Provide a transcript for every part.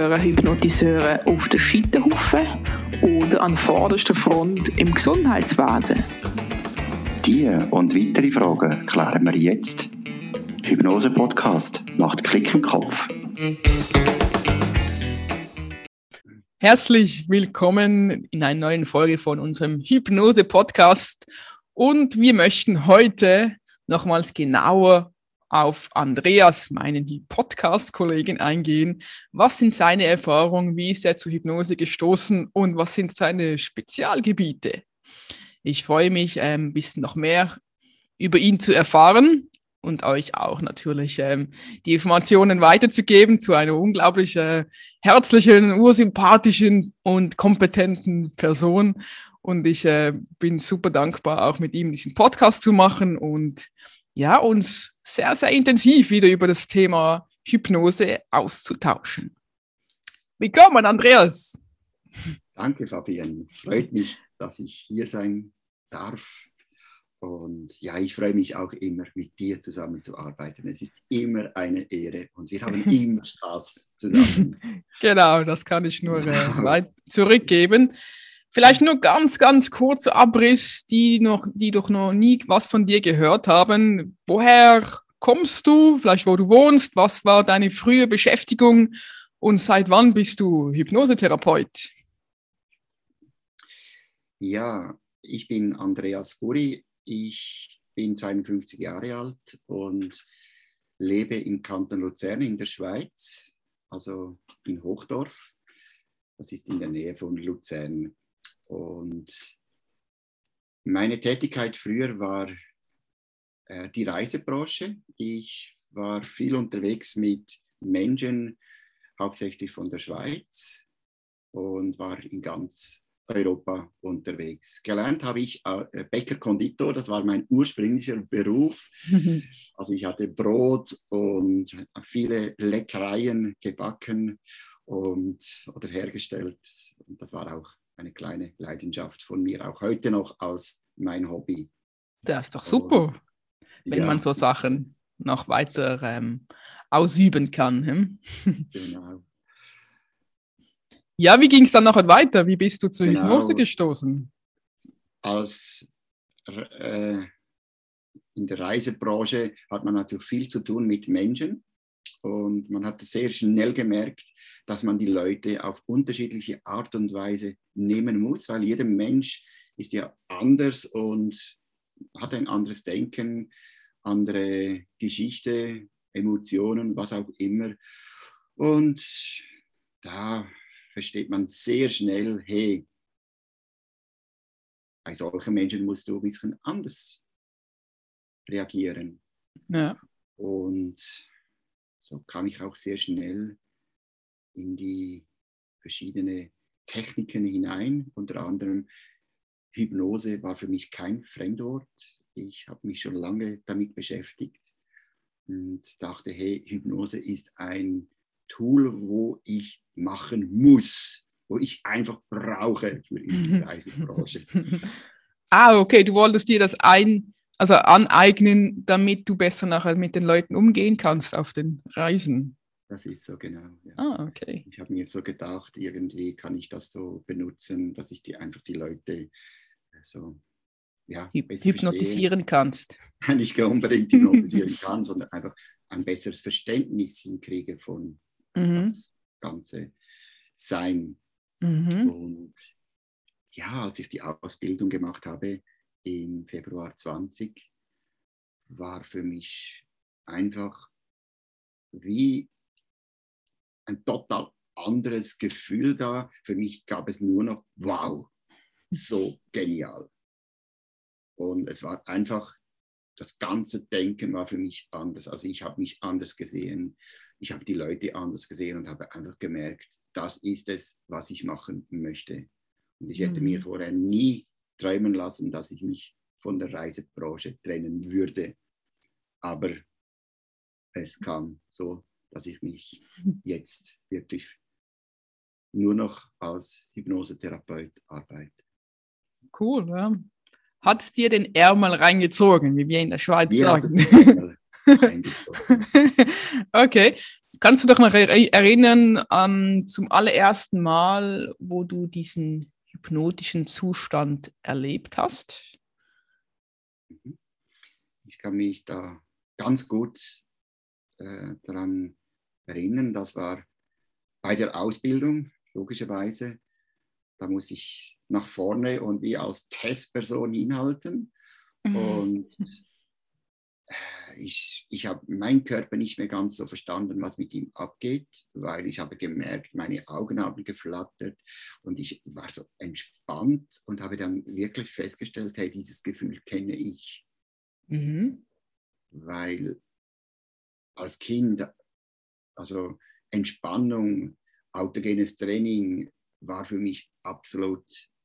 gehören Hypnotiseure auf den Scheiterhaufen oder an vorderster Front im Gesundheitswesen? Diese und weitere Fragen klären wir jetzt. Hypnose-Podcast macht Klick im Kopf. Herzlich willkommen in einer neuen Folge von unserem Hypnose-Podcast. Und wir möchten heute nochmals genauer auf Andreas, meinen Podcast-Kollegen, eingehen. Was sind seine Erfahrungen? Wie ist er zur Hypnose gestoßen? Und was sind seine Spezialgebiete? Ich freue mich, ein bisschen noch mehr über ihn zu erfahren und euch auch natürlich die Informationen weiterzugeben zu einer unglaublich herzlichen, ursympathischen und kompetenten Person. Und ich bin super dankbar, auch mit ihm diesen Podcast zu machen und ja, uns sehr, sehr intensiv wieder über das Thema Hypnose auszutauschen. Willkommen, Andreas. Danke, Fabian. Freut mich, dass ich hier sein darf. Und ja, ich freue mich auch immer, mit dir zusammenzuarbeiten. Es ist immer eine Ehre und wir haben immer Spaß zusammen. Genau, das kann ich nur weit zurückgeben. Vielleicht nur ganz, ganz kurzer Abriss, die doch noch nie was von dir gehört haben. Woher kommst du? Vielleicht wo du wohnst? Was war deine frühe Beschäftigung? Und seit wann bist du Hypnosetherapeut? Ja, ich bin Andreas Buri. Ich bin 52 Jahre alt und lebe im Kanton Luzern in der Schweiz, also in Hochdorf. Das ist in der Nähe von Luzern. Und meine Tätigkeit früher war die Reisebranche. Ich war viel unterwegs mit Menschen, hauptsächlich von der Schweiz, und war in ganz Europa unterwegs. Gelernt habe ich Bäcker-Konditor, das war mein ursprünglicher Beruf. Also ich hatte Brot und viele Leckereien gebacken oder hergestellt. Und das war auch eine kleine Leidenschaft von mir, auch heute noch als mein Hobby. Das ist doch super, wenn man so Sachen noch weiter ausüben kann. Genau. Ja, wie ging es dann nachher weiter? Wie bist du zur Hypnose gestoßen? In der Reisebranche hat man natürlich viel zu tun mit Menschen. Und man hat sehr schnell gemerkt, dass man die Leute auf unterschiedliche Art und Weise nehmen muss, weil jeder Mensch ist ja anders und hat ein anderes Denken, andere Geschichte, Emotionen, was auch immer. Und da versteht man sehr schnell, hey, bei solchen Menschen musst du ein bisschen anders reagieren. Ja. Und so kam ich auch sehr schnell in die verschiedenen Techniken hinein. Unter anderem Hypnose war für mich kein Fremdwort. Ich habe mich schon lange damit beschäftigt und dachte, hey, Hypnose ist ein Tool, wo ich machen muss, wo ich einfach brauche für die Reisebranche. Okay, du wolltest dir das aneignen, damit du besser nachher mit den Leuten umgehen kannst auf den Reisen. Das ist so, genau. Ja. Okay. Ich habe mir so gedacht, irgendwie kann ich das so benutzen, dass ich einfach die Leute so hypnotisieren kannst. Nicht unbedingt hypnotisieren kann, sondern einfach ein besseres Verständnis hinkriege von das ganze Sein. Und ja, als ich die Ausbildung gemacht habe im Februar 20, war für mich einfach wie ein total anderes Gefühl da. Für mich gab es nur noch, wow, so genial. Und es war einfach, das ganze Denken war für mich anders. Also ich habe mich anders gesehen, ich habe die Leute anders gesehen und habe einfach gemerkt, das ist es, was ich machen möchte. Und ich hätte mir vorher nie träumen lassen, dass ich mich von der Reisebranche trennen würde. Aber es kam so, dass ich mich jetzt wirklich nur noch als Hypnosetherapeut arbeite. Cool, ja. Hat es dir den Ärmel reingezogen, wie wir in der Schweiz sagen? Reingezogen. Okay. Kannst du dich noch erinnern zum allerersten Mal, wo du diesen hypnotischen Zustand erlebt hast? Ich kann mich da ganz gut daran erinnern. Das war bei der Ausbildung, logischerweise. Da muss ich nach vorne und wie als Testperson hinhalten. Und ich habe meinen Körper nicht mehr ganz so verstanden, was mit ihm abgeht, weil ich habe gemerkt, meine Augen haben geflattert und ich war so entspannt und habe dann wirklich festgestellt, hey, dieses Gefühl kenne ich. Weil als Kind, also Entspannung, autogenes Training war für mich absolut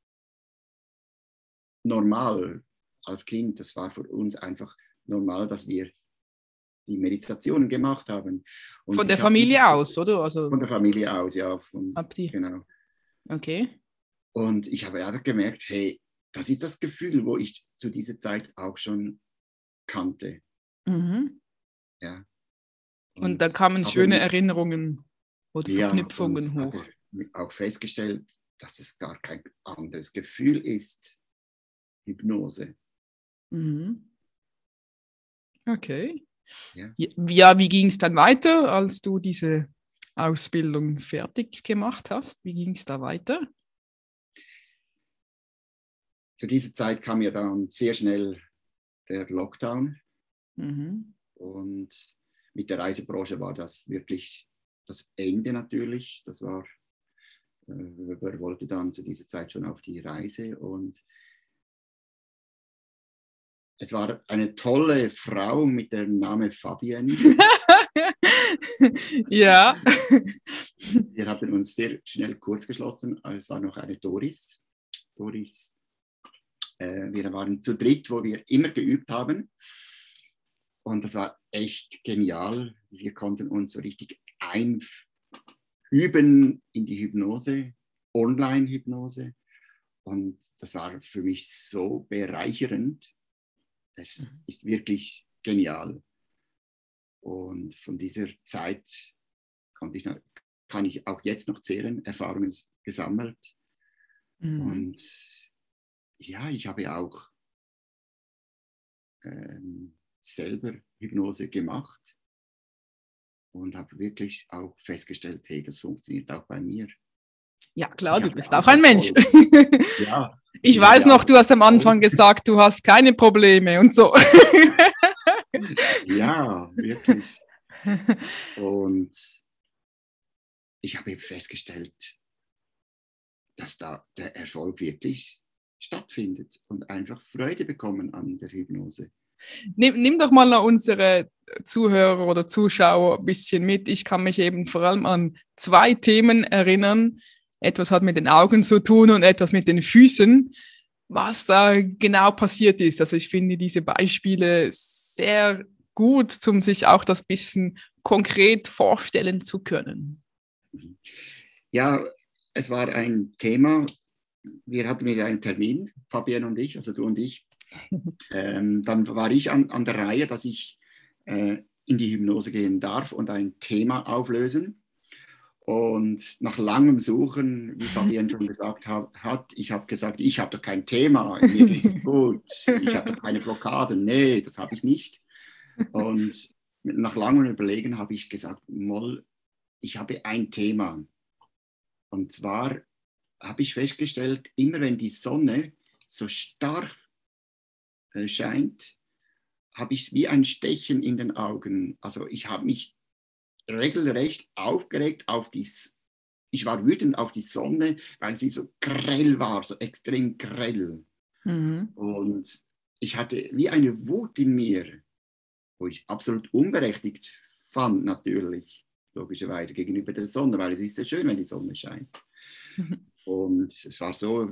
normal. Als Kind, das war für uns einfach normal, dass wir die Meditationen gemacht haben. Und von der Familie aus, oder? Also, von der Familie aus, ja. Genau. Okay. Und ich habe einfach gemerkt, hey, das ist das Gefühl, wo ich zu dieser Zeit auch schon kannte. Ja. Und da kamen schöne Erinnerungen oder Verknüpfungen hoch. Ich habe auch festgestellt, dass es gar kein anderes Gefühl ist, Hypnose. Okay. Ja, wie ging es dann weiter, als du diese Ausbildung fertig gemacht hast? Wie ging es da weiter? Zu dieser Zeit kam ja dann sehr schnell der Lockdown. Und mit der Reisebranche war das wirklich das Ende natürlich. Das war, wer wollte dann zu dieser Zeit schon auf die Reise. Und es war eine tolle Frau mit dem Namen Fabienne. Ja. Wir hatten uns sehr schnell kurz geschlossen. Es war noch eine Doris. Wir waren zu dritt, wo wir immer geübt haben. Und das war echt genial. Wir konnten uns so richtig einüben in die Hypnose, Online-Hypnose. Und das war für mich so bereichernd. Es ist wirklich genial. Und von dieser Zeit kann ich auch jetzt noch zehren, Erfahrungen gesammelt. Und ja, ich habe auch selber Hypnose gemacht und habe wirklich auch festgestellt, hey, das funktioniert auch bei mir. Ja, klar, du bist auch ein Mensch. Ja, ich weiß noch, du hast am Anfang gesagt, du hast keine Probleme und so. Ja, wirklich. Und ich habe eben festgestellt, dass da der Erfolg wirklich stattfindet und einfach Freude bekommen an der Hypnose. Nimm doch mal unsere Zuhörer oder Zuschauer ein bisschen mit. Ich kann mich eben vor allem an 2 Themen erinnern. Etwas hat mit den Augen zu tun und etwas mit den Füßen, was da genau passiert ist. Also ich finde diese Beispiele sehr gut, um sich auch das bisschen konkret vorstellen zu können. Ja, es war ein Thema. Wir hatten wieder einen Termin, Fabienne und ich, also du und ich. Dann war ich an der Reihe, dass ich in die Hypnose gehen darf und ein Thema auflösen. Und nach langem Suchen, wie Fabienne schon gesagt hat, ich habe gesagt, ich habe doch kein Thema, mir geht es gut, ich habe doch keine Blockaden. Nee, das habe ich nicht. Und nach langem Überlegen habe ich gesagt, Moll, ich habe ein Thema. Und zwar habe ich festgestellt, immer wenn die Sonne so stark scheint, habe ich wie ein Stechen in den Augen. Also ich habe mich regelrecht aufgeregt ich war wütend auf die Sonne, weil sie so grell war, so extrem grell. Und ich hatte wie eine Wut in mir, wo ich absolut unberechtigt fand, natürlich, logischerweise gegenüber der Sonne, weil es ist sehr schön, wenn die Sonne scheint. Und es war so,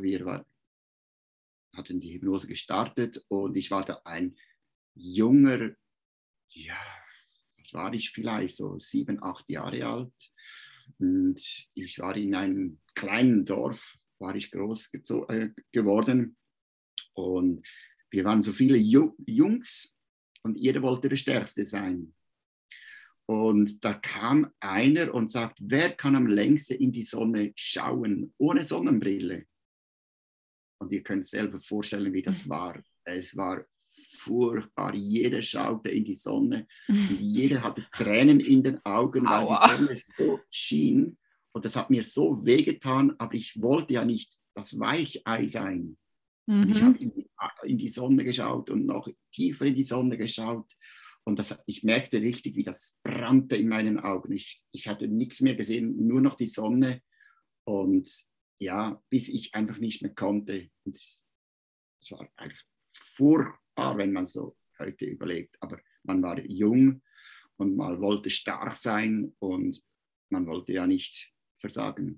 hatten die Hypnose gestartet und ich war da ein junger, ja, was war ich vielleicht, so 7, 8 Jahre alt. Und ich war in einem kleinen Dorf, war ich groß geworden. Und wir waren so viele Jungs und jeder wollte der Stärkste sein. Und da kam einer und sagt, wer kann am längsten in die Sonne schauen, ohne Sonnenbrille? Und ihr könnt selber vorstellen, wie das war. Es war furchtbar. Jeder schaute in die Sonne und jeder hatte Tränen in den Augen, weil die Sonne so schien. Und das hat mir so wehgetan, aber ich wollte ja nicht das Weichei sein. Und ich habe in die Sonne geschaut und noch tiefer in die Sonne geschaut. Und ich merkte richtig, wie das brannte in meinen Augen. Ich hatte nichts mehr gesehen, nur noch die Sonne. Und ja, bis ich einfach nicht mehr konnte. Und es war eigentlich furchtbar, wenn man so heute überlegt. Aber man war jung und man wollte stark sein und man wollte ja nicht versagen.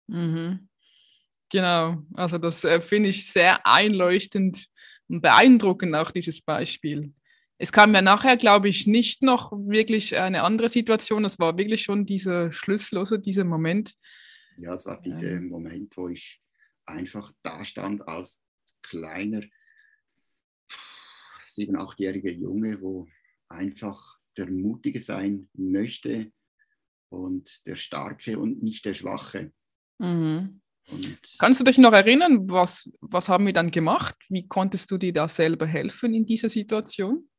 Genau, also das finde ich sehr einleuchtend und beeindruckend, auch dieses Beispiel. Es kam ja nachher, glaube ich, nicht noch wirklich eine andere Situation. Es war wirklich schon dieser Schlüssel, also dieser Moment. Ja, es war dieser Moment, wo ich einfach da stand als kleiner 7-, 8-jähriger Junge, wo einfach der Mutige sein möchte und der Starke und nicht der Schwache. Und kannst du dich noch erinnern, was haben wir dann gemacht? Wie konntest du dir da selber helfen in dieser Situation?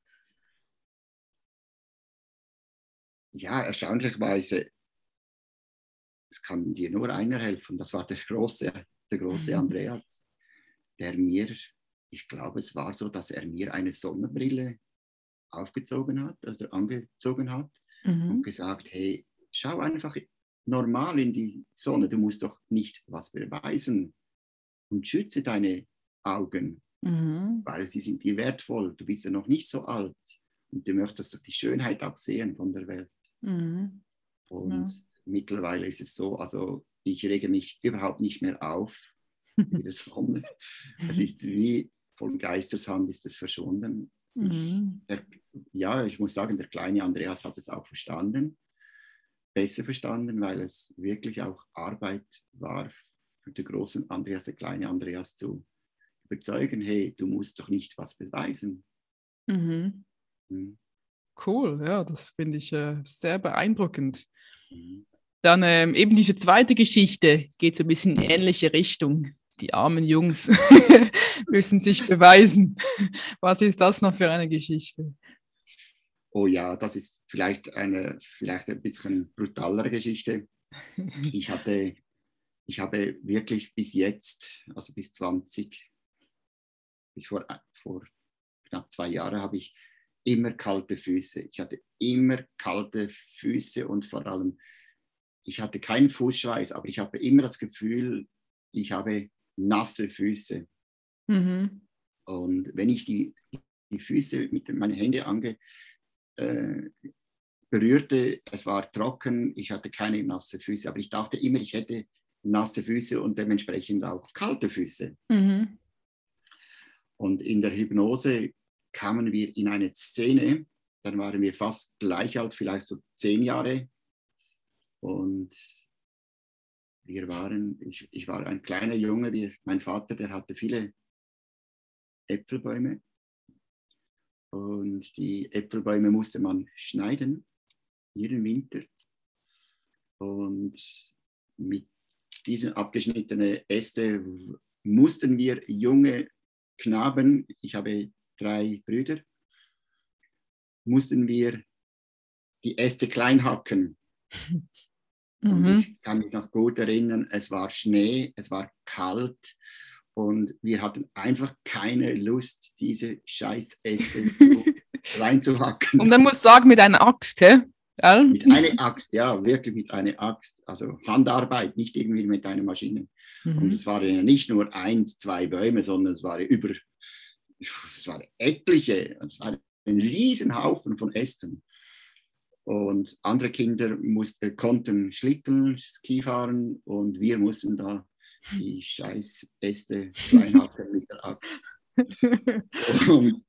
Ja, erstaunlicherweise, es kann dir nur einer helfen. Das war der große Andreas, der mir, ich glaube, es war so, dass er mir eine Sonnenbrille aufgezogen hat oder angezogen hat und gesagt, hey, schau einfach normal in die Sonne, du musst doch nicht was beweisen und schütze deine Augen, weil sie sind dir wertvoll, du bist ja noch nicht so alt und du möchtest doch die Schönheit auch sehen von der Welt. Und mittlerweile ist es so, also ich rege mich überhaupt nicht mehr auf in der Sonne. Es ist wie von Geistershand ist es verschwunden. Ich muss sagen, der kleine Andreas hat es auch besser verstanden, weil es wirklich auch Arbeit war für den großen Andreas, der kleine Andreas zu überzeugen, hey, du musst doch nicht was beweisen. Cool, ja, das finde ich sehr beeindruckend. Dann eben diese zweite Geschichte geht so ein bisschen in ähnliche Richtung. Die armen Jungs müssen sich beweisen. Was ist das noch für eine Geschichte? Oh ja, das ist vielleicht ein bisschen brutalere Geschichte. Ich habe wirklich bis jetzt, also bis vor knapp 2 Jahren, habe ich immer kalte Füße. Ich hatte immer kalte Füße und vor allem, ich hatte keinen Fußschweiß, aber ich habe immer das Gefühl, ich habe nasse Füße. Und wenn ich die Füße mit meinen Händen berührte, es war trocken, ich hatte keine nasse Füße, aber ich dachte immer, ich hätte nasse Füße und dementsprechend auch kalte Füße. Und in der Hypnose kamen wir in eine Szene, dann waren wir fast gleich alt, vielleicht so 10 Jahre. Und ich war ein kleiner Junge, mein Vater, der hatte viele Äpfelbäume. Und die Äpfelbäume musste man schneiden, jeden Winter. Und mit diesen abgeschnittenen Ästen mussten wir junge Knaben, ich habe 3 Brüder, mussten wir die Äste klein hacken. Und ich kann mich noch gut erinnern, es war Schnee, es war kalt und wir hatten einfach keine Lust, diese Scheißäste reinzuhacken. Und dann musst du sagen, mit einer Axt, hä? Ja? Mit einer Axt, ja, wirklich mit einer Axt. Also Handarbeit, nicht irgendwie mit einer Maschine. Und es waren ja nicht nur 1, 2 Bäume, sondern es waren etliche. Es war ein Riesenhaufen von Ästen. Und andere Kinder konnten Schlitteln, Ski fahren und wir mussten da die Scheißäste klein hacken mit der Axt. Und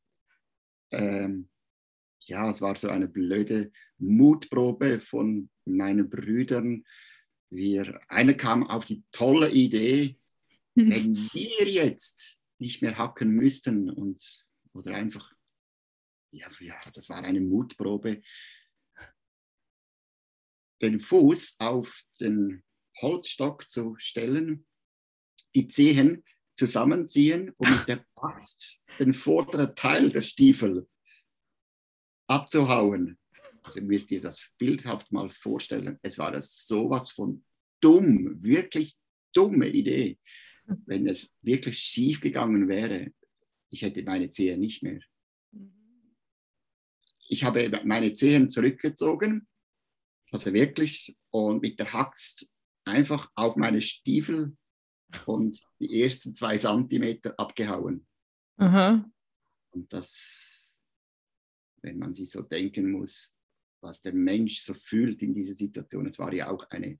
es war so eine blöde Mutprobe von meinen Brüdern. Einer kam auf die tolle Idee, wenn wir jetzt nicht mehr hacken müssten oder einfach, das war eine Mutprobe. den Fuß auf den Holzstock zu stellen, die Zehen zusammenziehen und mit der Axt den vorderen Teil der Stiefel abzuhauen. Also müsst ihr das bildhaft mal vorstellen. Es war das sowas von dumm, wirklich dumme Idee. Wenn es wirklich schief gegangen wäre, ich hätte meine Zehen nicht mehr. Ich habe meine Zehen zurückgezogen, also wirklich, und mit der Axt einfach auf meine Stiefel und die ersten 2 Zentimeter abgehauen. Aha. Und das, wenn man sich so denken muss, was der Mensch so fühlt in dieser Situation, es war ja auch eine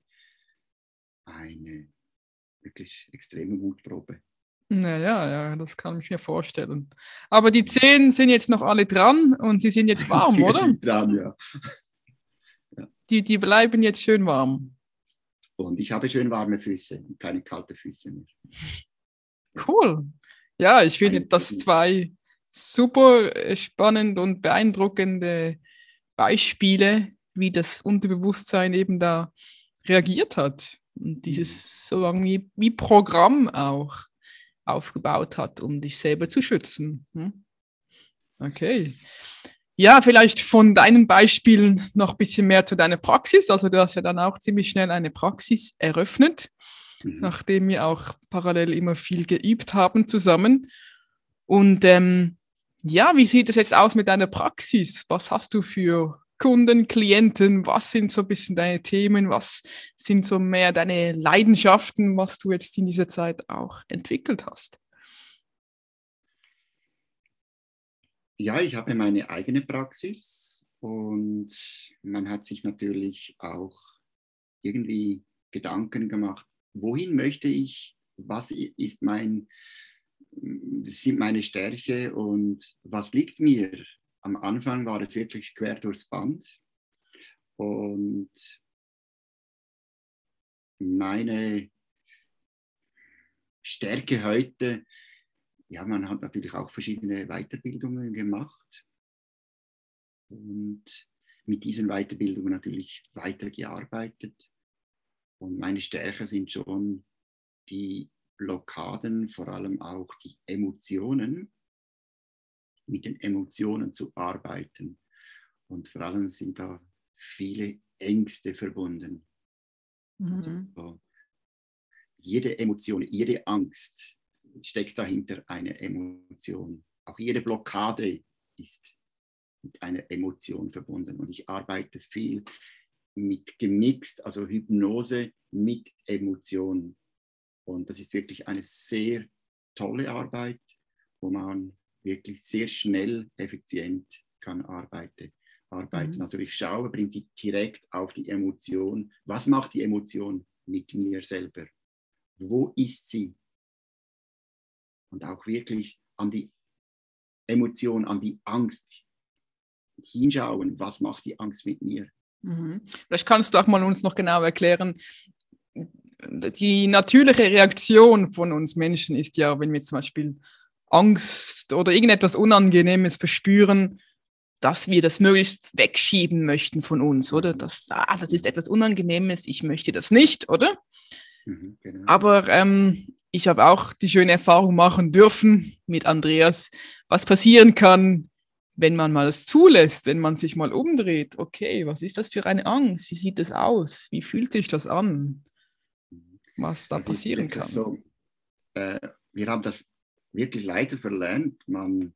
wirklich extreme Mutprobe. Ja, das kann ich mir vorstellen. Aber die Zehen sind jetzt noch alle dran und sie sind jetzt warm, Sie oder? sind dran, ja. Die bleiben jetzt schön warm. Und ich habe schön warme Füße und keine kalten Füße mehr. Cool. Ja, ich finde das 2 super spannend und beeindruckende Beispiele, wie das Unterbewusstsein eben da reagiert hat. Und dieses so irgendwie wie Programm auch aufgebaut hat, um dich selber zu schützen. Okay. Ja, vielleicht von deinen Beispielen noch ein bisschen mehr zu deiner Praxis. Also du hast ja dann auch ziemlich schnell eine Praxis eröffnet, nachdem wir auch parallel immer viel geübt haben zusammen. Und wie sieht es jetzt aus mit deiner Praxis? Was hast du für Kunden, Klienten? Was sind so ein bisschen deine Themen? Was sind so mehr deine Leidenschaften, was du jetzt in dieser Zeit auch entwickelt hast? Ja, ich habe meine eigene Praxis und man hat sich natürlich auch irgendwie Gedanken gemacht, wohin möchte ich, was sind meine Stärke und was liegt mir. Am Anfang war es wirklich quer durchs Band und meine Stärke heute, ja, man hat natürlich auch verschiedene Weiterbildungen gemacht und mit diesen Weiterbildungen natürlich weitergearbeitet. Und meine Stärke sind schon die Blockaden, vor allem auch die Emotionen, mit den Emotionen zu arbeiten. Und vor allem sind da viele Ängste verbunden. Also, jede Emotion, jede Angst steckt dahinter eine Emotion. Auch jede Blockade ist mit einer Emotion verbunden. Und ich arbeite viel mit gemixt, also Hypnose mit Emotionen. Und das ist wirklich eine sehr tolle Arbeit, wo man wirklich sehr schnell, effizient kann arbeiten. Also ich schaue im Prinzip direkt auf die Emotion. Was macht die Emotion mit mir selber? Wo ist sie? Und auch wirklich an die Emotion, an die Angst hinschauen. Was macht die Angst mit mir? Vielleicht kannst du auch mal uns noch genau erklären, die natürliche Reaktion von uns Menschen ist ja, wenn wir zum Beispiel Angst oder irgendetwas Unangenehmes verspüren, dass wir das möglichst wegschieben möchten von uns, oder? Das ist etwas Unangenehmes, ich möchte das nicht, oder? Genau. Aber ich habe auch die schöne Erfahrung machen dürfen mit Andreas, was passieren kann, wenn man mal es zulässt, wenn man sich mal umdreht. Okay, was ist das für eine Angst? Wie sieht das aus? Wie fühlt sich das an? Was da passieren kann. So, wir haben das wirklich leider verlernt. Man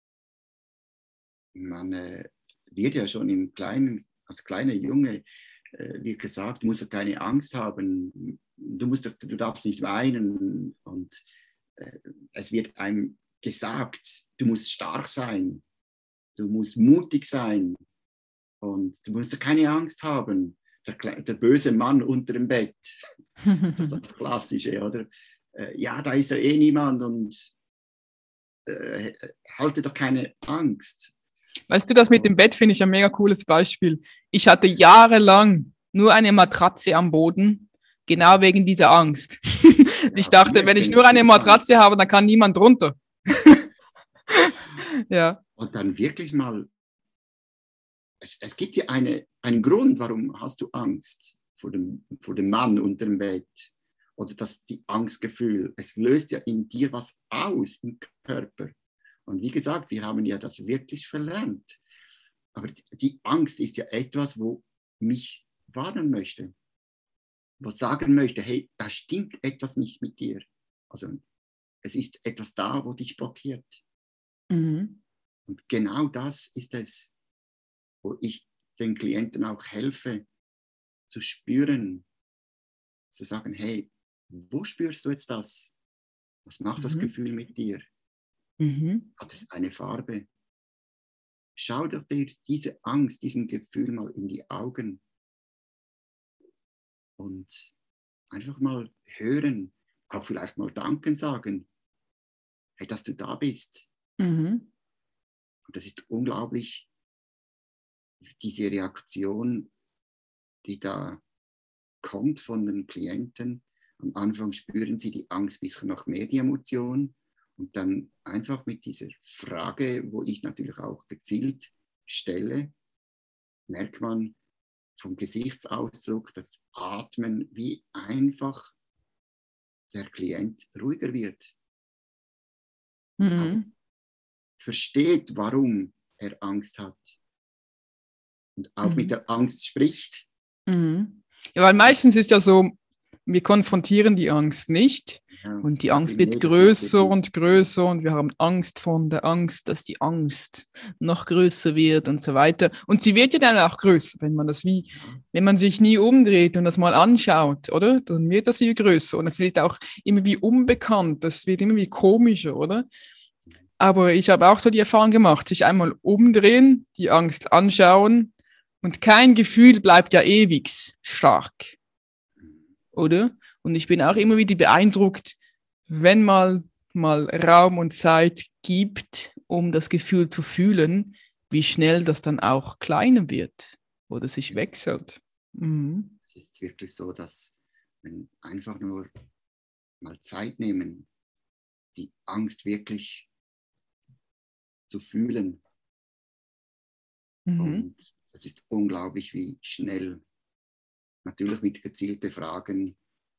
wird ja schon als kleiner Junge wird gesagt, du musst keine Angst haben, du darfst nicht weinen. Und es wird einem gesagt, du musst stark sein, du musst mutig sein und du musst keine Angst haben. Der böse Mann unter dem Bett, das Klassische, oder? Ja, da ist ja eh niemand und halte doch keine Angst. Weißt du, das mit dem Bett finde ich ein mega cooles Beispiel. Ich hatte jahrelang nur eine Matratze am Boden, genau wegen dieser Angst. Ich dachte, wenn ich nur eine Matratze habe, dann kann niemand drunter. Ja. Und dann wirklich mal, es gibt ja eine einen Grund, warum hast du Angst vor dem Mann unter dem Bett? Oder die Angstgefühl, es löst ja in dir was aus im Körper. Und wie gesagt, wir haben ja das wirklich verlernt. Aber die Angst ist ja etwas, wo mich warnen möchte, wo sagen möchte, hey, da stimmt etwas nicht mit dir. Also es ist etwas da, wo dich blockiert. Mhm. Und genau das ist es, wo ich den Klienten auch helfe, zu spüren, zu sagen, hey, wo spürst du jetzt das? Was macht das Gefühl mit dir? Hat es eine Farbe? Schau doch dir diese Angst, diesem Gefühl mal in die Augen und einfach mal hören, auch vielleicht mal Danken sagen, hey, dass du da bist. Und das ist unglaublich, diese Reaktion, die da kommt von den Klienten. Am Anfang spüren sie die Angst, bisschen noch mehr die Emotion. Und dann einfach mit dieser Frage, wo ich natürlich auch gezielt stelle, merkt man vom Gesichtsausdruck, das Atmen, wie einfach der Klient ruhiger wird. Auch versteht, warum er Angst hat. Und auch mit der Angst spricht. Ja, weil meistens ist ja so, wir konfrontieren die Angst nicht. Ja, Und die Angst wird größer und größer und wir haben Angst von der Angst, dass die Angst noch größer wird und so weiter. Und sie wird ja dann auch größer, wenn man wenn man sich nie umdreht und das mal anschaut, oder? Dann wird das wie größer und es wird auch immer wie unbekannt, das wird immer wie komischer, oder? Aber ich habe auch so die Erfahrung gemacht, sich einmal umdrehen, die Angst anschauen und kein Gefühl bleibt ja ewig stark, oder? Und ich bin auch immer wieder beeindruckt, wenn mal Raum und Zeit gibt, um das Gefühl zu fühlen, wie schnell das dann auch kleiner wird oder sich wechselt. Es ist wirklich so, dass wenn einfach nur mal Zeit nehmen, die Angst wirklich zu fühlen. Und das ist unglaublich, wie schnell, natürlich mit gezielten Fragen,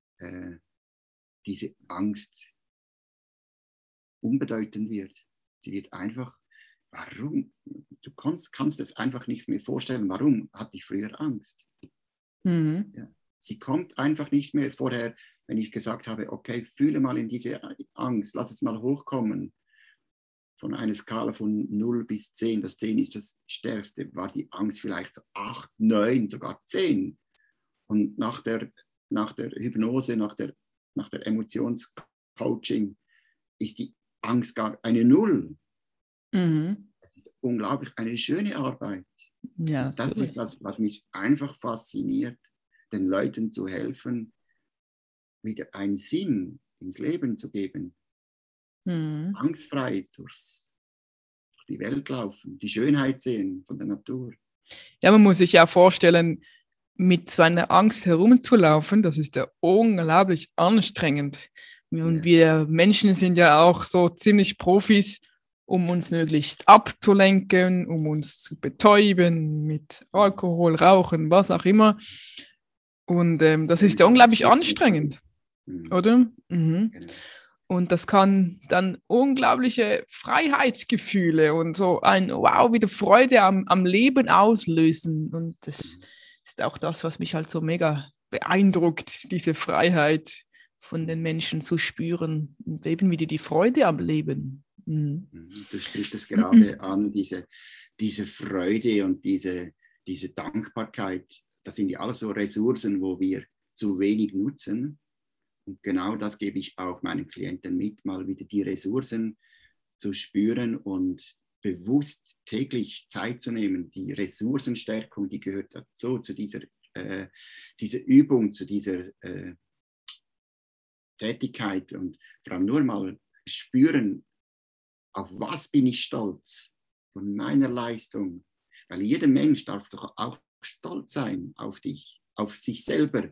diese Angst unbedeutend wird. Sie wird einfach, warum? Du kannst es einfach nicht mehr vorstellen, warum hatte ich früher Angst? Ja. Sie kommt einfach nicht mehr. Vorher, wenn ich gesagt habe, okay, fühle mal in diese Angst, lass es mal hochkommen. Von einer Skala von 0 bis 10, das 10 ist das Stärkste, war die Angst vielleicht so 8, 9, sogar 10. Und nach der Hypnose, nach der Emotionscoaching ist die Angst gar eine 0. Das ist unglaublich eine schöne Arbeit. Ja, das ist das, was mich einfach fasziniert, den Leuten zu helfen, wieder einen Sinn ins Leben zu geben. Angstfrei durch die Welt laufen, die Schönheit sehen von der Natur. Ja, man muss sich ja vorstellen, mit so einer Angst herumzulaufen, das ist ja unglaublich anstrengend. Und wir Menschen sind ja auch so ziemlich Profis, um uns möglichst abzulenken, um uns zu betäuben mit Alkohol, Rauchen, was auch immer. Und das ist ja unglaublich anstrengend, oder? Genau. Und das kann dann unglaubliche Freiheitsgefühle und so wieder Freude am Leben auslösen. Und das ist auch das, was mich halt so mega beeindruckt, diese Freiheit von den Menschen zu spüren und eben wieder die Freude am Leben. Du sprichst es gerade an, diese Freude und diese Dankbarkeit, das sind ja alles so Ressourcen, wo wir zu wenig nutzen. Und genau das gebe ich auch meinen Klienten mit, mal wieder die Ressourcen zu spüren und bewusst täglich Zeit zu nehmen. Die Ressourcenstärkung, die gehört dazu, zu dieser Übung, zu dieser Tätigkeit. Und vor allem nur mal spüren, auf was bin ich stolz von meiner Leistung. Weil jeder Mensch darf doch auch stolz sein auf sich selber.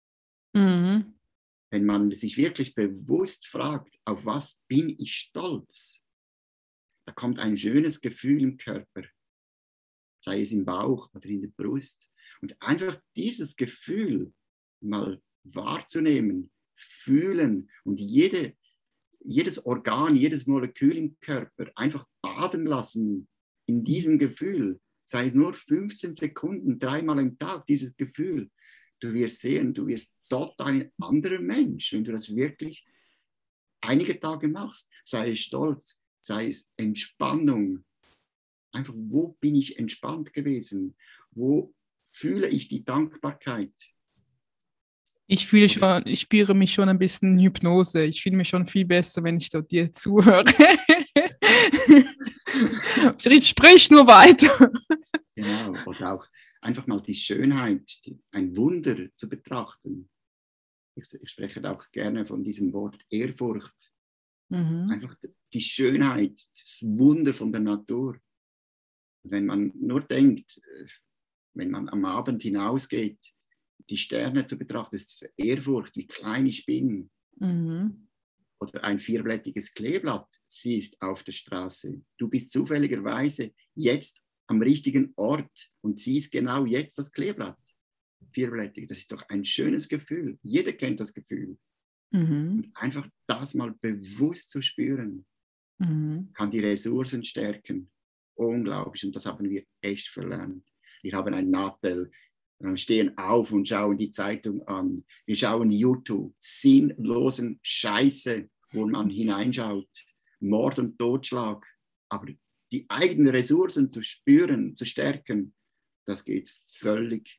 Wenn man sich wirklich bewusst fragt, auf was bin ich stolz, da kommt ein schönes Gefühl im Körper, sei es im Bauch oder in der Brust. Und einfach dieses Gefühl mal wahrzunehmen, fühlen und jedes Organ, jedes Molekül im Körper einfach baden lassen in diesem Gefühl, sei es nur 15 Sekunden, 3-mal am Tag, dieses Gefühl. Du wirst sehen, du wirst total ein anderer Mensch, wenn du das wirklich einige Tage machst. Sei es Stolz, sei es Entspannung. Einfach, wo bin ich entspannt gewesen? Wo fühle ich die Dankbarkeit? Ich spüre mich schon ein bisschen in Hypnose. Ich fühle mich schon viel besser, wenn ich dort dir zuhöre. Sprich nur weiter. Genau, oder auch einfach mal die Schönheit, ein Wunder zu betrachten. Ich spreche auch gerne von diesem Wort Ehrfurcht. Einfach die Schönheit, das Wunder von der Natur. Wenn man nur denkt, wenn man am Abend hinausgeht, die Sterne zu betrachten, ist Ehrfurcht, wie klein ich bin. Oder ein 4-blättiges Kleeblatt siehst auf der Straße. Du bist zufälligerweise jetzt am richtigen Ort und siehst genau jetzt das Kleeblatt. 4-blättig, das ist doch ein schönes Gefühl. Jeder kennt das Gefühl. Und einfach das mal bewusst zu spüren, kann die Ressourcen stärken. Unglaublich. Und das haben wir echt verlernt. Wir haben ein Nattel, stehen auf und schauen die Zeitung an. Wir schauen YouTube, sinnlosen Scheiße, wo man hineinschaut. Mord und Totschlag. Aber die eigenen Ressourcen zu spüren, zu stärken, das geht völlig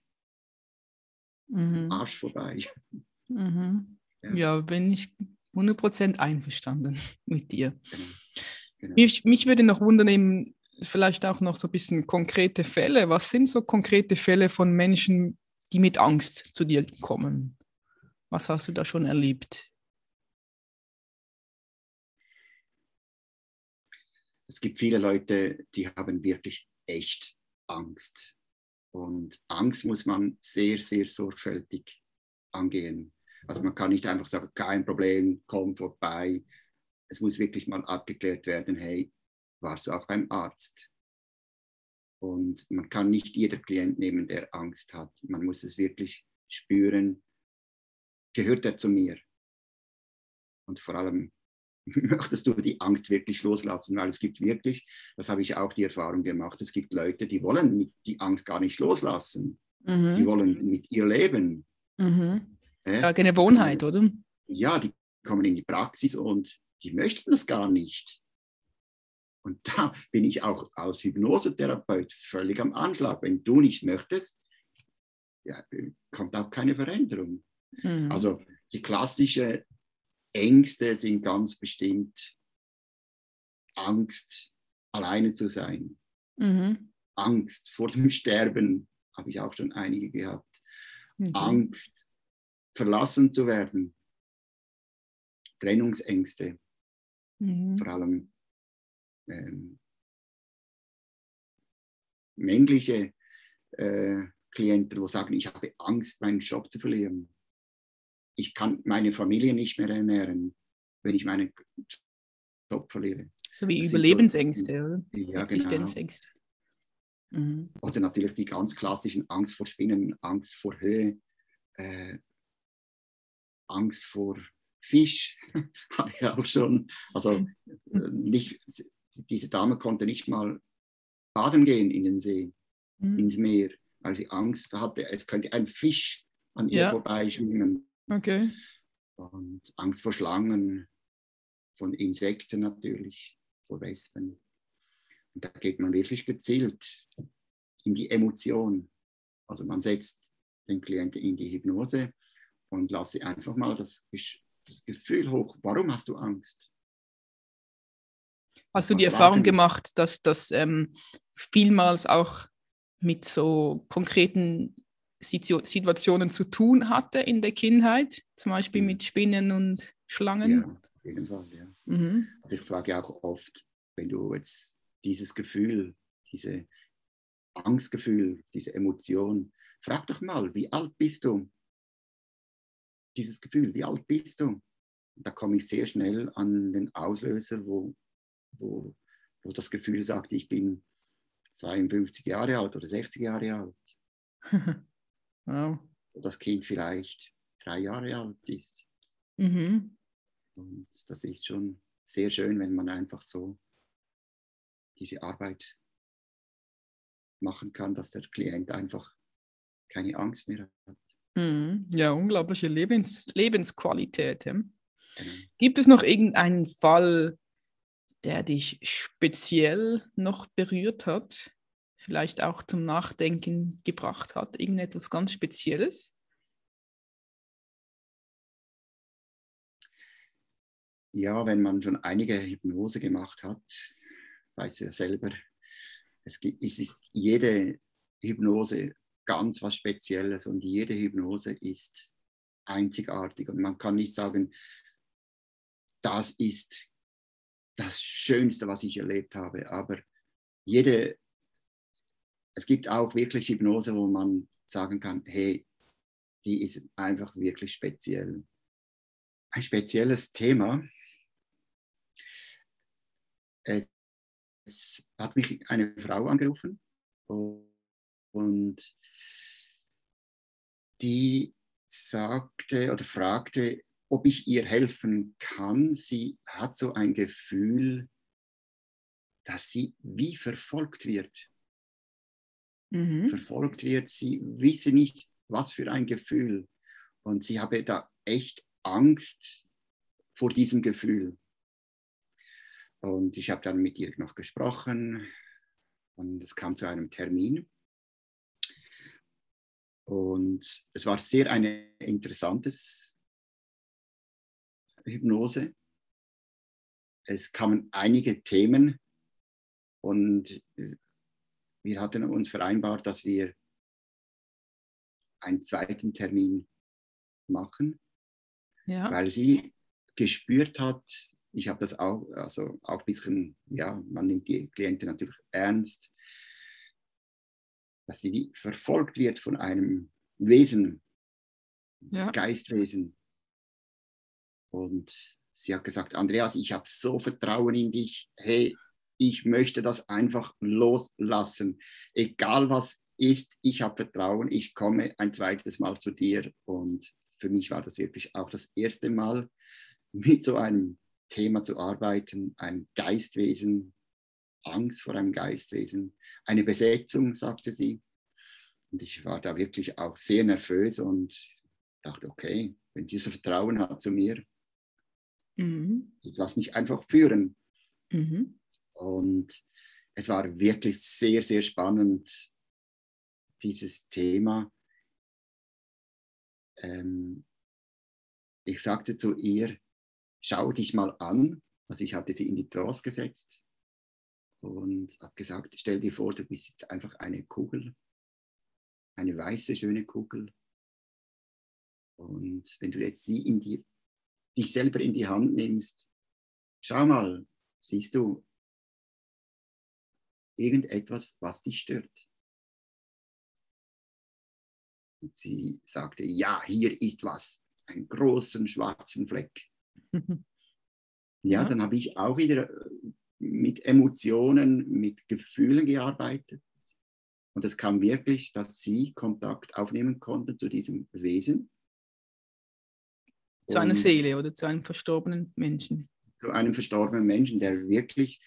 Arsch vorbei. Ja, bin ich 100% einverstanden mit dir. Genau. Mich würde noch wundern, vielleicht auch noch so ein bisschen konkrete Fälle. Was sind so konkrete Fälle von Menschen, die mit Angst zu dir kommen? Was hast du da schon erlebt? Es gibt viele Leute, die haben wirklich echt Angst. Und Angst muss man sehr, sehr sorgfältig angehen. Also man kann nicht einfach sagen, kein Problem, komm vorbei. Es muss wirklich mal abgeklärt werden, hey, warst du auch beim Arzt? Und man kann nicht jeder Klient nehmen, der Angst hat. Man muss es wirklich spüren, gehört er zu mir? Und vor allem möchtest du die Angst wirklich loslassen, weil es gibt wirklich, das habe ich auch die Erfahrung gemacht, es gibt Leute, die wollen die Angst gar nicht loslassen. Die wollen mit ihr leben. Das ist eine Gewohnheit, oder? Ja, die kommen in die Praxis und die möchten das gar nicht. Und da bin ich auch als Hypnosetherapeut völlig am Anschlag. Wenn du nicht möchtest, ja, kommt auch keine Veränderung. Also die klassischen Ängste sind ganz bestimmt Angst, alleine zu sein. Angst vor dem Sterben, habe ich auch schon einige gehabt. Angst, verlassen zu werden. Trennungsängste. Vor allem männliche Klienten, die sagen, ich habe Angst, meinen Job zu verlieren. Ich kann meine Familie nicht mehr ernähren, wenn ich meinen Job verliere. So wie Überlebensängste, oder? Ja, Existenzängste. Genau. Oder natürlich die ganz klassischen Angst vor Spinnen, Angst vor Höhe, Angst vor Fisch, habe ich auch schon. Also diese Dame konnte nicht mal baden gehen in den See, ins Meer, weil sie Angst hatte, es könnte ein Fisch an ihr vorbeischwimmen. Okay. Und Angst vor Schlangen, von Insekten natürlich, vor Wespen. Und da geht man wirklich gezielt in die Emotion. Also man setzt den Klienten in die Hypnose und lasse einfach mal das Gefühl hoch. Warum hast du Angst? Hast du die Erfahrung gemacht, dass das vielmals auch mit so konkreten Situationen zu tun hatte in der Kindheit? Zum Beispiel mit Spinnen und Schlangen? Ja, auf jeden Fall, ja. Also ich frage auch oft, wenn du jetzt dieses Gefühl, dieses Angstgefühl, diese Emotion, frag doch mal, wie alt bist du? Dieses Gefühl, wie alt bist du? Da komme ich sehr schnell an den Auslöser, wo das Gefühl sagt, ich bin 52 Jahre alt oder 60 Jahre alt. Wow. wo das Kind vielleicht 3 Jahre alt ist. Mhm. Und das ist schon sehr schön, wenn man einfach so diese Arbeit machen kann, dass der Klient einfach keine Angst mehr hat. Mhm. Ja, unglaubliche Lebensqualität. Genau. Gibt es noch irgendeinen Fall, der dich speziell noch berührt hat? Vielleicht auch zum Nachdenken gebracht hat? Irgendetwas ganz Spezielles? Ja, wenn man schon einige Hypnose gemacht hat, weißt du ja selber, es ist jede Hypnose ganz was Spezielles und jede Hypnose ist einzigartig und man kann nicht sagen, das ist das Schönste, was ich erlebt habe, aber es gibt auch wirklich Hypnose, wo man sagen kann, hey, die ist einfach wirklich speziell. Ein spezielles Thema. Es hat mich eine Frau angerufen und die sagte oder fragte, ob ich ihr helfen kann. Sie hat so ein Gefühl, dass sie wie verfolgt wird. Mhm. Verfolgt wird, sie wisse nicht, was für ein Gefühl. Und sie habe da echt Angst vor diesem Gefühl. Und ich habe dann mit ihr noch gesprochen und es kam zu einem Termin. Und es war sehr eine interessantes Hypnose. Es kamen einige Themen und wir hatten uns vereinbart, dass wir einen zweiten Termin machen, Ja. weil sie gespürt hat, ich habe das auch, also auch ein bisschen, ja, man nimmt die Klienten natürlich ernst, dass sie wie verfolgt wird von einem Wesen, Ja. Geistwesen. Und sie hat gesagt, Andreas, ich habe so Vertrauen in dich. Hey, ich möchte das einfach loslassen. Egal was ist, ich habe Vertrauen. Ich komme ein zweites Mal zu dir. Und für mich war das wirklich auch das erste Mal, mit so einem Thema zu arbeiten. Ein Geistwesen, Angst vor einem Geistwesen. Eine Besetzung, sagte sie. Und ich war da wirklich auch sehr nervös und dachte, okay, wenn sie so Vertrauen hat zu mir, Mhm. ich lasse mich einfach führen. Mhm. Und es war wirklich sehr, sehr spannend, dieses Thema. Ich sagte zu ihr, schau dich mal an. Also ich hatte sie in die Trance gesetzt und habe gesagt, stell dir vor, du bist jetzt einfach eine Kugel, eine weiße, schöne Kugel. Und wenn du jetzt dich selber in die Hand nimmst, schau mal, siehst du irgendetwas, was dich stört? Und sie sagte, ja, hier ist was, einen großen schwarzen Fleck. Ja, dann habe ich auch wieder mit Emotionen, mit Gefühlen gearbeitet. Und es kam wirklich, dass sie Kontakt aufnehmen konnte zu diesem Wesen. Zu einer Seele oder zu einem verstorbenen Menschen. Zu einem verstorbenen Menschen, der wirklich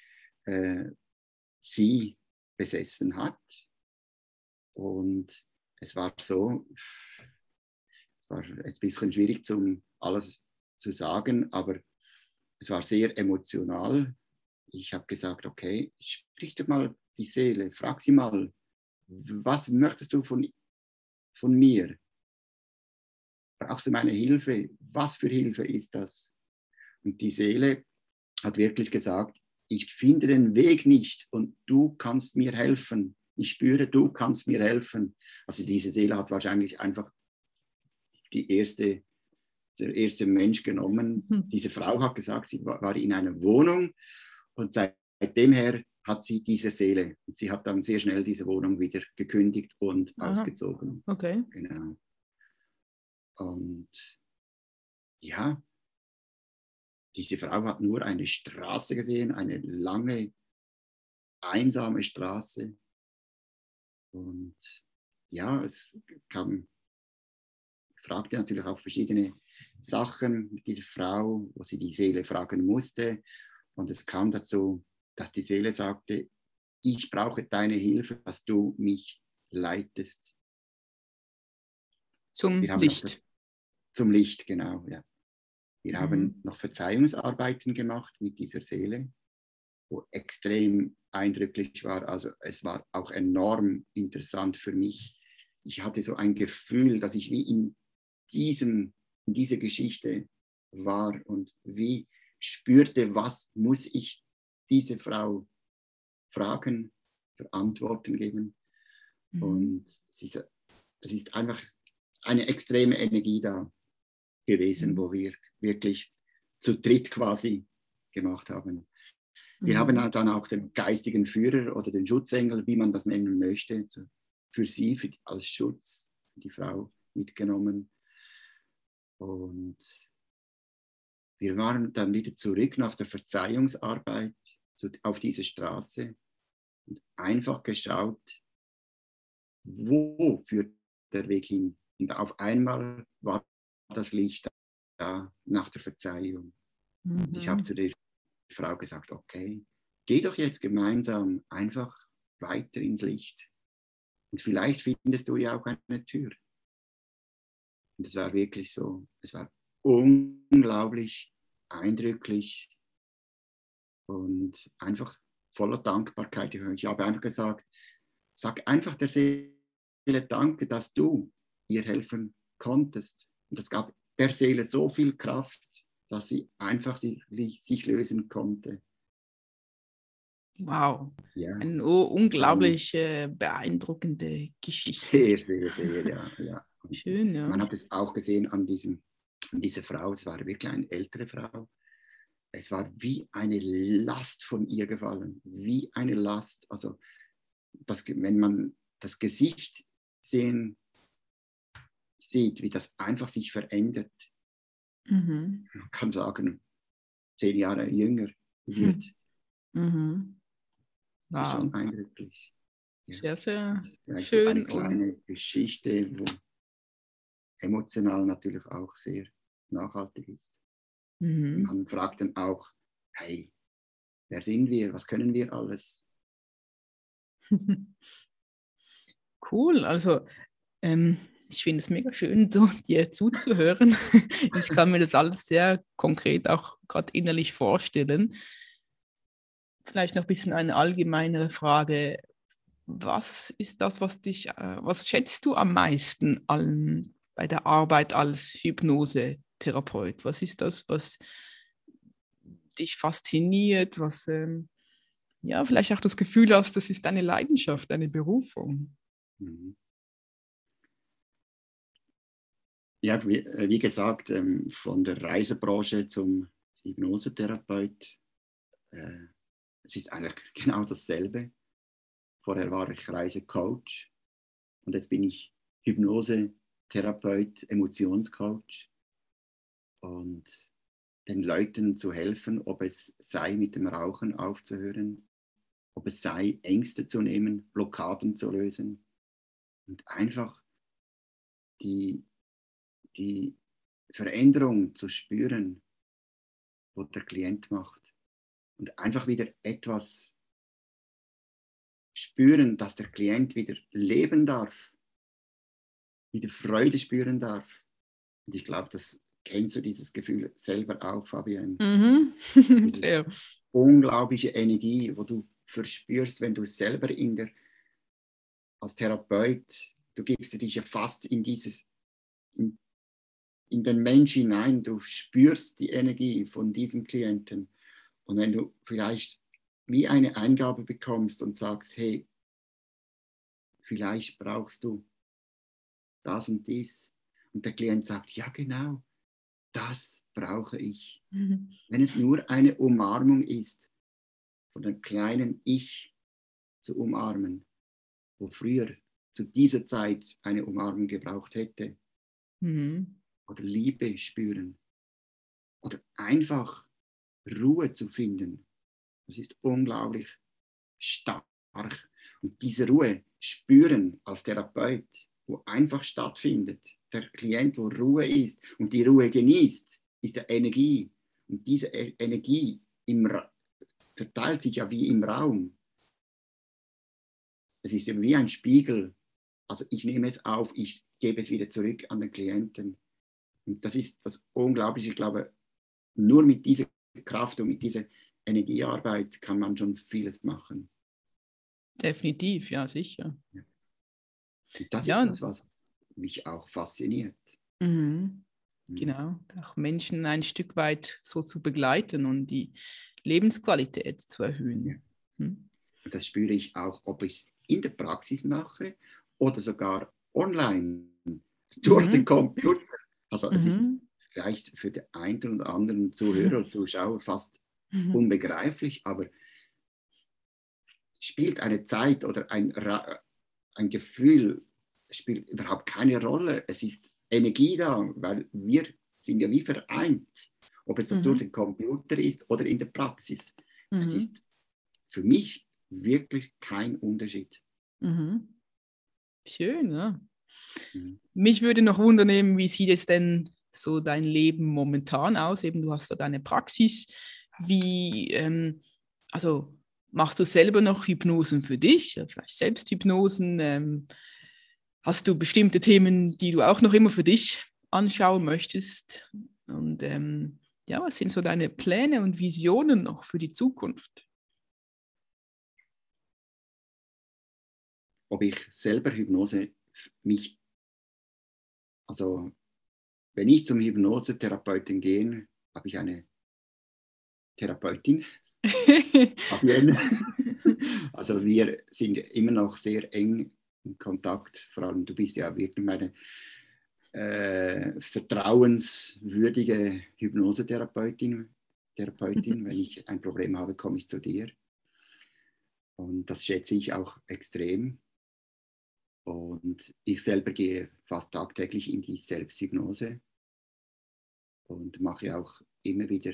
sie besessen hat. Und es war so, es war ein bisschen schwierig, alles zu sagen, aber es war sehr emotional. Ich habe gesagt, okay, sprich doch mal die Seele, frag sie mal, was möchtest du von mir? Brauchst du meine Hilfe? Was für Hilfe ist das? Und die Seele hat wirklich gesagt, ich finde den Weg nicht und du kannst mir helfen. Ich spüre, du kannst mir helfen. Also diese Seele hat wahrscheinlich einfach der erste Mensch genommen. Diese Frau hat gesagt, sie war in einer Wohnung und seitdem her hat sie diese Seele. Und sie hat dann sehr schnell diese Wohnung wieder gekündigt und ausgezogen. Okay. Genau. Und ja, diese Frau hat nur eine Straße gesehen, eine lange, einsame Straße. Und ja, fragte natürlich auch verschiedene Sachen mit dieser Frau, wo sie die Seele fragen musste. Und es kam dazu, dass die Seele sagte, ich brauche deine Hilfe, dass du mich leitest. Zum Licht. Zum Licht, genau, ja. Wir haben noch Verzeihungsarbeiten gemacht mit dieser Seele, wo extrem eindrücklich war. Also es war auch enorm interessant für mich. Ich hatte so ein Gefühl, dass ich wie in dieser Geschichte war und wie spürte, was muss ich diese Frau fragen, für Antworten geben. Und es ist einfach eine extreme Energie da gewesen, wo wir wirklich zu dritt quasi gemacht haben. Wir haben dann auch den geistigen Führer oder den Schutzengel, wie man das nennen möchte, für sie, als Schutz, die Frau mitgenommen. Und wir waren dann wieder zurück nach der Verzeihungsarbeit auf diese Straße und einfach geschaut, wo führt der Weg hin. Und auf einmal war das Licht da nach der Verzeihung. Und ich habe zu der Frau gesagt, okay, geh doch jetzt gemeinsam einfach weiter ins Licht. Und vielleicht findest du ja auch eine Tür. Und es war wirklich so, es war unglaublich eindrücklich und einfach voller Dankbarkeit. Ich habe einfach gesagt, sag einfach der Seele Danke, dass du ihr helfen konntest. Und das gab der Seele so viel Kraft, dass sie einfach sich lösen konnte. Wow, ja. Eine unglaublich beeindruckende Geschichte. Sehr, ja. Schön, ja. Man hat es auch gesehen an dieser Frau, es war wirklich eine ältere Frau. Es war wie eine Last von ihr gefallen, wie eine Last. Also, wenn man das Gesicht sieht, wie das einfach sich verändert, man kann sagen, 10 Jahre jünger wird. Das ist schon eindrücklich. Ja. Sehr, sehr vielleicht schön. So eine kleine Geschichte, wo emotional natürlich auch sehr nachhaltig ist. Man fragt dann auch, hey, wer sind wir? Was können wir alles? Cool, also ich finde es mega schön, so dir zuzuhören. Ich kann mir das alles sehr konkret auch gerade innerlich vorstellen. Vielleicht noch ein bisschen eine allgemeinere Frage. Was ist das, was schätzt du am meisten bei der Arbeit als Hypnosetherapeut? Was ist das, was dich fasziniert, was vielleicht auch das Gefühl hast, das ist deine Leidenschaft, deine Berufung? Ja, wie gesagt, von der Reisebranche zum Hypnosetherapeut, es ist eigentlich genau dasselbe. Vorher war ich Reisecoach und jetzt bin ich Hypnosetherapeut, Emotionscoach und den Leuten zu helfen, ob es sei, mit dem Rauchen aufzuhören, ob es sei, Ängste zu nehmen, Blockaden zu lösen und einfach die Veränderung zu spüren, wo der Klient macht und einfach wieder etwas spüren, dass der Klient wieder leben darf, wieder Freude spüren darf. Und ich glaube, das kennst du dieses Gefühl selber auch, Fabienne. Sehr. Unglaubliche Energie, wo du verspürst, wenn du selber als Therapeut, du gibst dich ja fast in den Mensch hinein, du spürst die Energie von diesem Klienten. Und wenn du vielleicht wie eine Eingabe bekommst und sagst, hey, vielleicht brauchst du das und dies. Und der Klient sagt, ja genau, das brauche ich. Wenn es nur eine Umarmung ist, von dem kleinen Ich zu umarmen, wo früher zu dieser Zeit eine Umarmung gebraucht hätte, oder Liebe spüren, oder einfach Ruhe zu finden, das ist unglaublich stark Und diese Ruhe spüren als Therapeut, wo einfach stattfindet, der Klient, wo Ruhe ist und die Ruhe genießt, ist ja Energie. Und diese Energie verteilt sich ja wie im Raum. Es ist ja wie ein Spiegel. Also ich nehme es auf, ich gebe es wieder zurück an den Klienten. Und das ist das Unglaubliche. Ich glaube, nur mit dieser Kraft und mit dieser Energiearbeit kann man schon vieles machen. Definitiv, ja, sicher. Ja. Und das Ja. ist das, was mich auch fasziniert. Mhm. Genau, auch Menschen ein Stück weit so zu begleiten und die Lebensqualität zu erhöhen. Ja. Mhm. Und das spüre ich auch, ob ich es in der Praxis mache oder sogar online durch den Computer. Also es ist vielleicht für den einen oder anderen Zuhörer oder Zuschauer fast unbegreiflich, aber spielt eine Zeit oder ein Gefühl, spielt überhaupt keine Rolle. Es ist Energie da, weil wir sind ja wie vereint, ob es das durch den Computer ist oder in der Praxis. Es ist für mich wirklich kein Unterschied. Schön, ja. Mich würde noch wundern, wie sieht es denn so dein Leben momentan aus? Eben, du hast da deine Praxis. Wie, also machst du selber noch Hypnosen für dich? Vielleicht Selbsthypnosen? Hast du bestimmte Themen, die du auch noch immer für dich anschauen möchtest? Und ja, was sind so deine Pläne und Visionen noch für die Zukunft? Ob ich selber Hypnose also wenn ich zum Hypnosetherapeuten gehe, habe ich eine Therapeutin. Also wir sind immer noch sehr eng in Kontakt, vor allem du bist ja wirklich meine vertrauenswürdige Hypnosetherapeutin. Wenn ich ein Problem habe, komme ich zu dir. Und das schätze ich auch extrem. Und ich selber gehe fast tagtäglich in die Selbsthypnose und mache auch immer wieder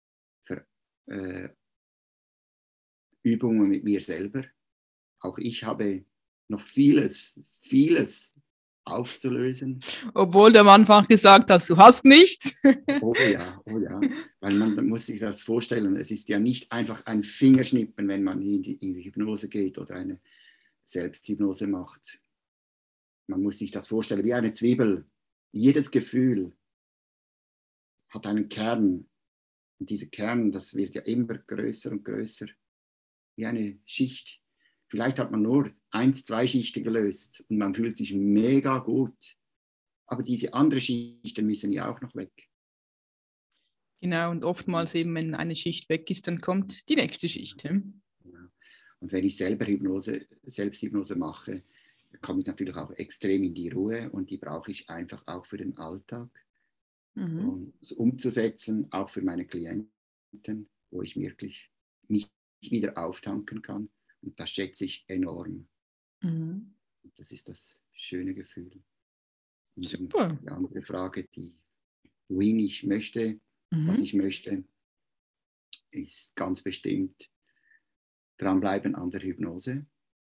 Übungen mit mir selber. Auch ich habe noch vieles aufzulösen. Obwohl du am Anfang gesagt hast, du hast nichts. Oh ja. Weil man muss sich das vorstellen, es ist ja nicht einfach ein Fingerschnippen, wenn man in die Hypnose geht oder eine Selbsthypnose macht. Man muss sich das vorstellen wie eine Zwiebel. Jedes Gefühl hat einen Kern. Und dieser Kern, das wird ja immer größer und größer. Wie eine Schicht. Vielleicht hat man nur 1, 2 Schichten gelöst und man fühlt sich mega gut. Aber diese anderen Schichten müssen ja auch noch weg. Genau, und oftmals eben, wenn eine Schicht weg ist, dann kommt die nächste Schicht. Ja. Und wenn ich selber Selbsthypnose mache, komme ich natürlich auch extrem in die Ruhe und die brauche ich einfach auch für den Alltag. Um es umzusetzen, auch für meine Klienten, wo ich wirklich mich wieder auftanken kann. Und das schätze ich enorm. Das ist das schöne Gefühl. Und super. Die andere Frage, wohin ich möchte, was ich möchte, ist ganz bestimmt dranbleiben an der Hypnose.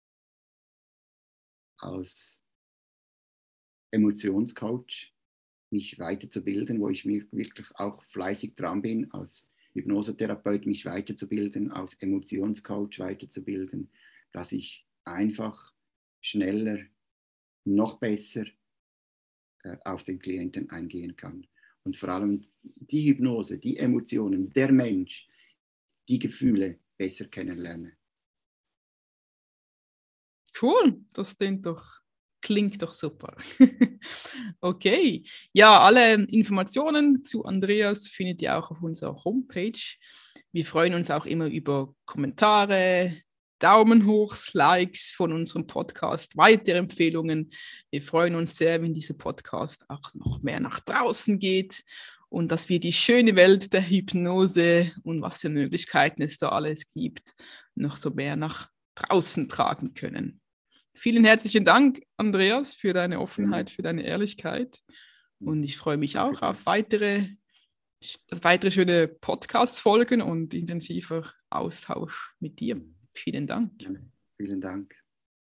Als Emotionscoach mich weiterzubilden, wo ich mir wirklich auch fleißig dran bin, als Hypnosetherapeut mich weiterzubilden, als Emotionscoach weiterzubilden, dass ich einfach schneller, noch besser auf den Klienten eingehen kann. Und vor allem die Hypnose, die Emotionen, der Mensch, die Gefühle besser kennenlernen. Cool, das klingt doch super. Okay, ja, alle Informationen zu Andreas findet ihr auch auf unserer Homepage. Wir freuen uns auch immer über Kommentare, Daumen hoch, Likes von unserem Podcast, weitere Empfehlungen. Wir freuen uns sehr, wenn dieser Podcast auch noch mehr nach draußen geht und dass wir die schöne Welt der Hypnose und was für Möglichkeiten es da alles gibt, noch so mehr nach draußen tragen können. Vielen herzlichen Dank, Andreas, für deine Offenheit, für deine Ehrlichkeit. Und ich freue mich auch auf weitere schöne Podcast-Folgen und intensiver Austausch mit dir. Vielen Dank. Vielen Dank.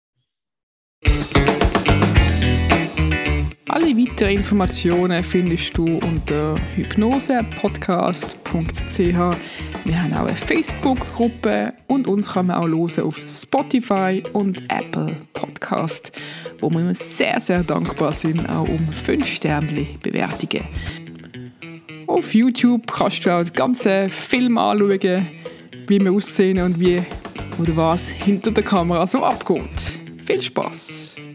Alle weiteren Informationen findest du unter hypnosepodcast.ch. Wir haben auch eine Facebook-Gruppe und uns kann man auch hören auf Spotify und Apple Podcast, wo wir sehr, sehr dankbar sind, auch um 5-Sterne-Bewertungen. Auf YouTube kannst du auch den ganzen Film anschauen, wie wir aussehen und wie oder was hinter der Kamera so abgeht. Viel Spaß!